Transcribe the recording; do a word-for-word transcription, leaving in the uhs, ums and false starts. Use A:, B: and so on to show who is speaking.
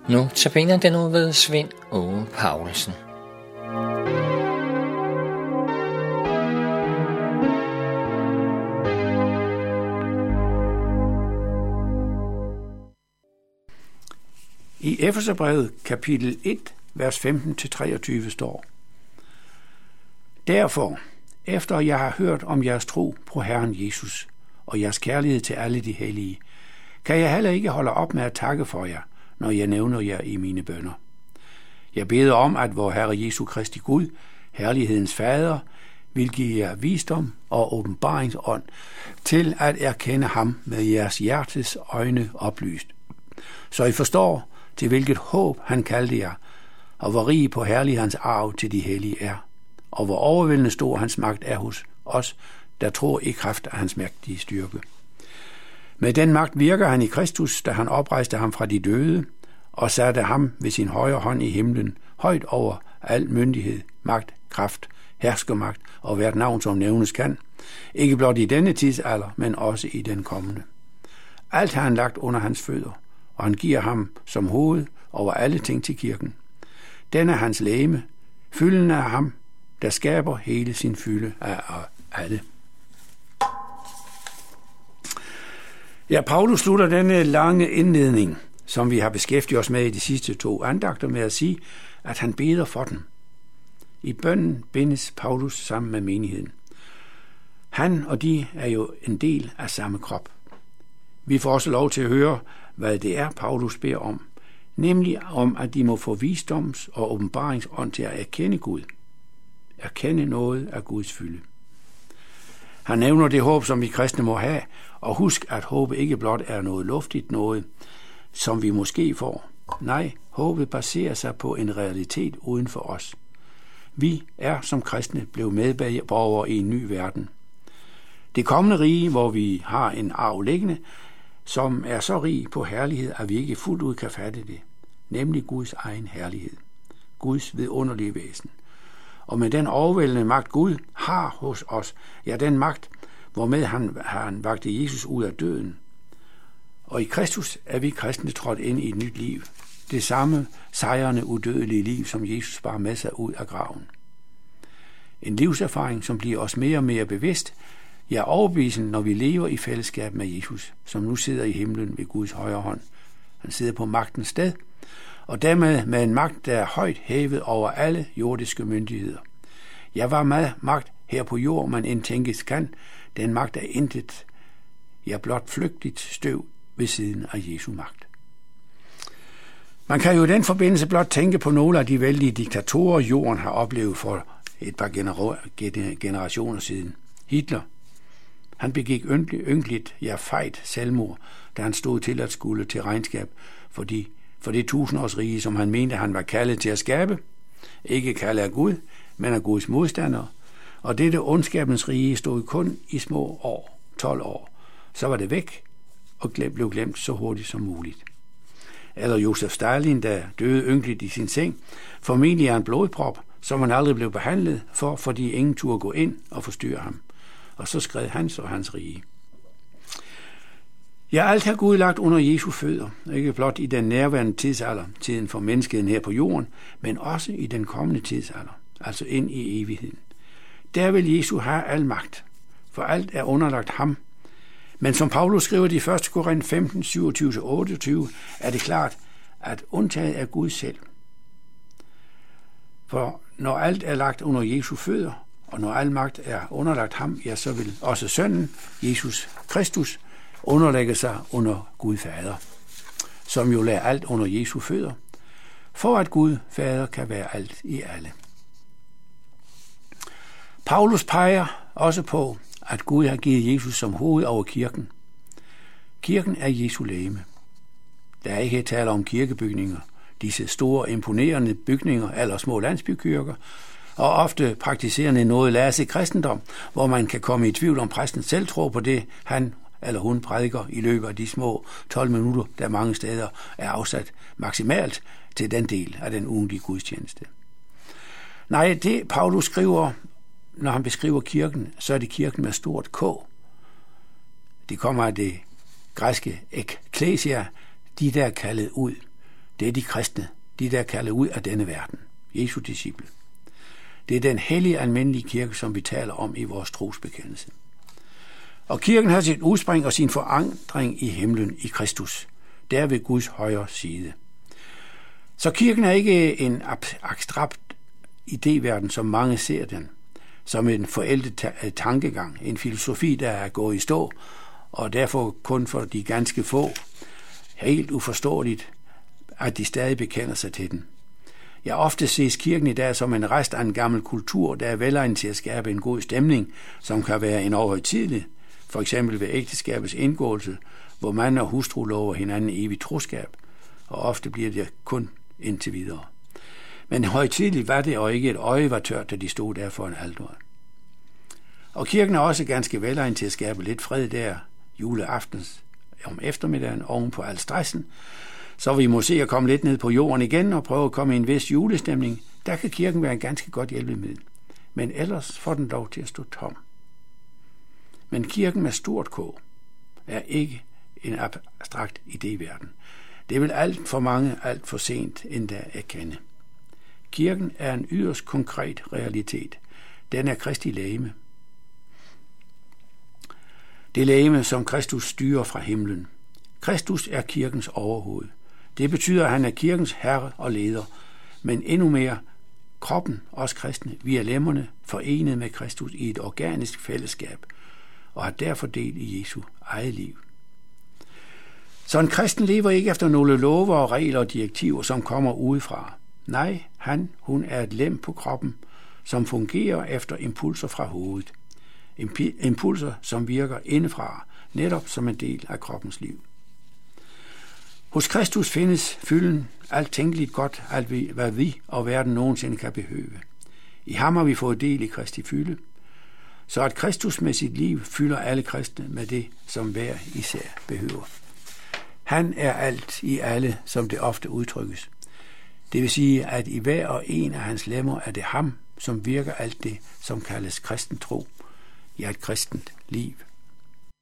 A: Nu tabiner den ud ved Svend Åge Paulsen.
B: I Efeserbrevet kapitel et, vers femten til treogtyve står: Derfor, efter jeg har hørt om jeres tro på Herren Jesus og jeres kærlighed til alle de hellige, kan jeg heller ikke holde op med at takke for jer, når jeg nævner jer i mine bønner. Jeg beder om, at vor Herre Jesu Kristi Gud, herlighedens Fader, vil give jer visdom og åbenbaringsånd til at erkende ham med jeres hjertes øjne oplyst, så I forstår, til hvilket håb han kaldte jer, og hvor rig på herlighedens arv til de hellige er, og hvor overvældende stor hans magt er hos os, der tror i kraft af hans mægtige styrke. Med den magt virker han i Kristus, da han oprejste ham fra de døde, og satte ham ved sin højre hånd i himlen, højt over al myndighed, magt, kraft, herskermagt og hvert navn, som nævnes kan, ikke blot i denne tidsalder, men også i den kommende. Alt har han lagt under hans fødder, og han giver ham som hoved over alle ting til kirken. Den er hans legeme, fylden af ham, der skaber hele sin fylde af alle. Ja, Paulus slutter denne lange indledning, som vi har beskæftiget os med i de sidste to andagter, med at sige, at han beder for dem. I bønnen bindes Paulus sammen med menigheden. Han og de er jo en del af samme krop. Vi får også lov til at høre, hvad det er, Paulus beder om, nemlig om, at de må få visdoms- og åbenbaringsånd til at erkende Gud. Erkende noget af Guds fylde. Han nævner det håb, som vi kristne må have, og husk, at håbet ikke blot er noget luftigt noget, som vi måske får. Nej, håbet baserer sig på en realitet uden for os. Vi er som kristne blevet medborgere i en ny verden. Det kommende rige, hvor vi har en arv liggende, som er så rig på herlighed, at vi ikke fuldt ud kan fatte det, nemlig Guds egen herlighed, Guds vidunderlige væsen. Og med den overvældende magt Gud har hos os, ja, den magt, hvormed han, han vagte Jesus ud af døden. Og i Kristus er vi kristne trådt ind i et nyt liv, det samme sejrende udødelige liv, som Jesus bar med sig ud af graven. En livserfaring, som bliver os mere og mere bevidst, ja, overbevisende, når vi lever i fællesskab med Jesus, som nu sidder i himlen ved Guds højre hånd. Han sidder på magtens sted, og dermed med en magt, der er højt hævet over alle jordiske myndigheder. Jeg var med magt her på jord, man indtænkes kan, den magt er intet, ja, blot flygtigt støv ved siden af Jesu magt. Man kan jo i den forbindelse blot tænke på nogle af de vældige diktatorer, jorden har oplevet for et par generationer siden. Hitler, han begik ynkeligt, ja fejt selvmord, da han stod til at skulle til regnskab for, de, for det tusindårsrige, som han mente, han var kaldet til at skabe. Ikke kaldet af Gud, men af Guds modstandere. Og dette ondskabens rige stod kun i små år, tolv år. Så var det væk og blev glemt så hurtigt som muligt. Eller Josef Stalin, der døde ynkeligt i sin seng, formentlig er en blodprop, som han aldrig blev behandlet for, fordi ingen turde gå ind og forstyrre ham. Og så skred hans og hans rige. Ja, alt har Gud lagt under Jesu fødder, ikke blot i den nærværende tidsalder, tiden for menneskeheden her på jorden, men også i den kommende tidsalder, altså ind i evigheden. Der vil Jesus have al magt, for alt er underlagt ham. Men som Paulus skriver i første Korinther femten, syvogtyve til otteogtyve, er det klart, at undtaget er Gud selv. For når alt er lagt under Jesu fødder, og når al magt er underlagt ham, ja, så vil også sønnen, Jesus Kristus, underlægge sig under Gud Fader, som jo lader alt under Jesu fødder, for at Gud Fader kan være alt i alle. Paulus peger også på, at Gud har givet Jesus som hoved over kirken. Kirken er Jesu legeme. Der er ikke tale om kirkebygninger, disse store, imponerende bygninger eller små landsbykirker, og ofte praktiserende noget læse kristendom, hvor man kan komme i tvivl om præsten selv tror på det, han eller hun prædiker i løbet af de små tolv minutter, der mange steder er afsat maksimalt til den del af den ugentlige gudstjeneste. Nej, det Paulus skriver, når han beskriver kirken, så er det kirken med stort K. Det kommer af det græske ekklesia, de der kaldet ud. det er de kristne, de der kalder ud af denne verden, Jesu disciple. Det er den hellige almindelige kirke, som vi taler om i vores trosbekendelse. Og kirken har sit udspring og sin forankring i himlen i Kristus, der ved Guds højre side. Så kirken er ikke en abstrakt idéverden, som mange ser den, som en forældet tankegang, en filosofi, der er gået i stå, og derfor kun for de ganske få, helt uforståeligt, at de stadig bekender sig til den. Ja, ofte ses kirken i dag som en rest af en gammel kultur, der er velegnet til at skabe en god stemning, som kan være en overhøjtidelig, for eksempel ved ægteskabets indgåelse, hvor mand og hustru lover hinanden evigt troskab, og ofte bliver det kun indtil videre. Men højtidligt var det, og ikke et øje var tørt, da de stod der for en alter. Og kirken er også ganske velegnet til at skabe lidt fred der juleaftens om eftermiddagen oven på al stressen, så vi må se at komme lidt ned på jorden igen og prøve at komme i en vis julestemning. Der kan kirken være en ganske godt hjælpemiddel. Men ellers får den lov til at stå tom. Men kirken med stort K er ikke en abstrakt idéverden. Det vil alt for mange alt for sent endda erkende. Kirken er en yderst konkret realitet. Den er Kristi legeme. Det legeme, som Kristus styrer fra himlen. Kristus er kirkens overhoved. Det betyder, at han er kirkens herre og leder, men endnu mere kroppen, os kristne, vi er lemmerne forenet med Kristus i et organisk fællesskab, og har derfor del i Jesu eget liv. Så en kristen lever ikke efter nogle lover og regler og direktiver, som kommer udefra. Nej, han, hun er et lem på kroppen, som fungerer efter impulser fra hovedet. Impulser, som virker indefra, netop som en del af kroppens liv. Hos Kristus findes fylden alt tænkeligt godt, alt hvad vi og verden nogensinde kan behøve. I ham har vi fået del i Kristi fylde, så at Kristus med sit liv fylder alle kristne med det, som hver især behøver. Han er alt i alle, som det ofte udtrykkes. Det vil sige, at i hver og en af hans lemmer er det ham, som virker alt det, som kaldes kristen tro, i et kristent liv.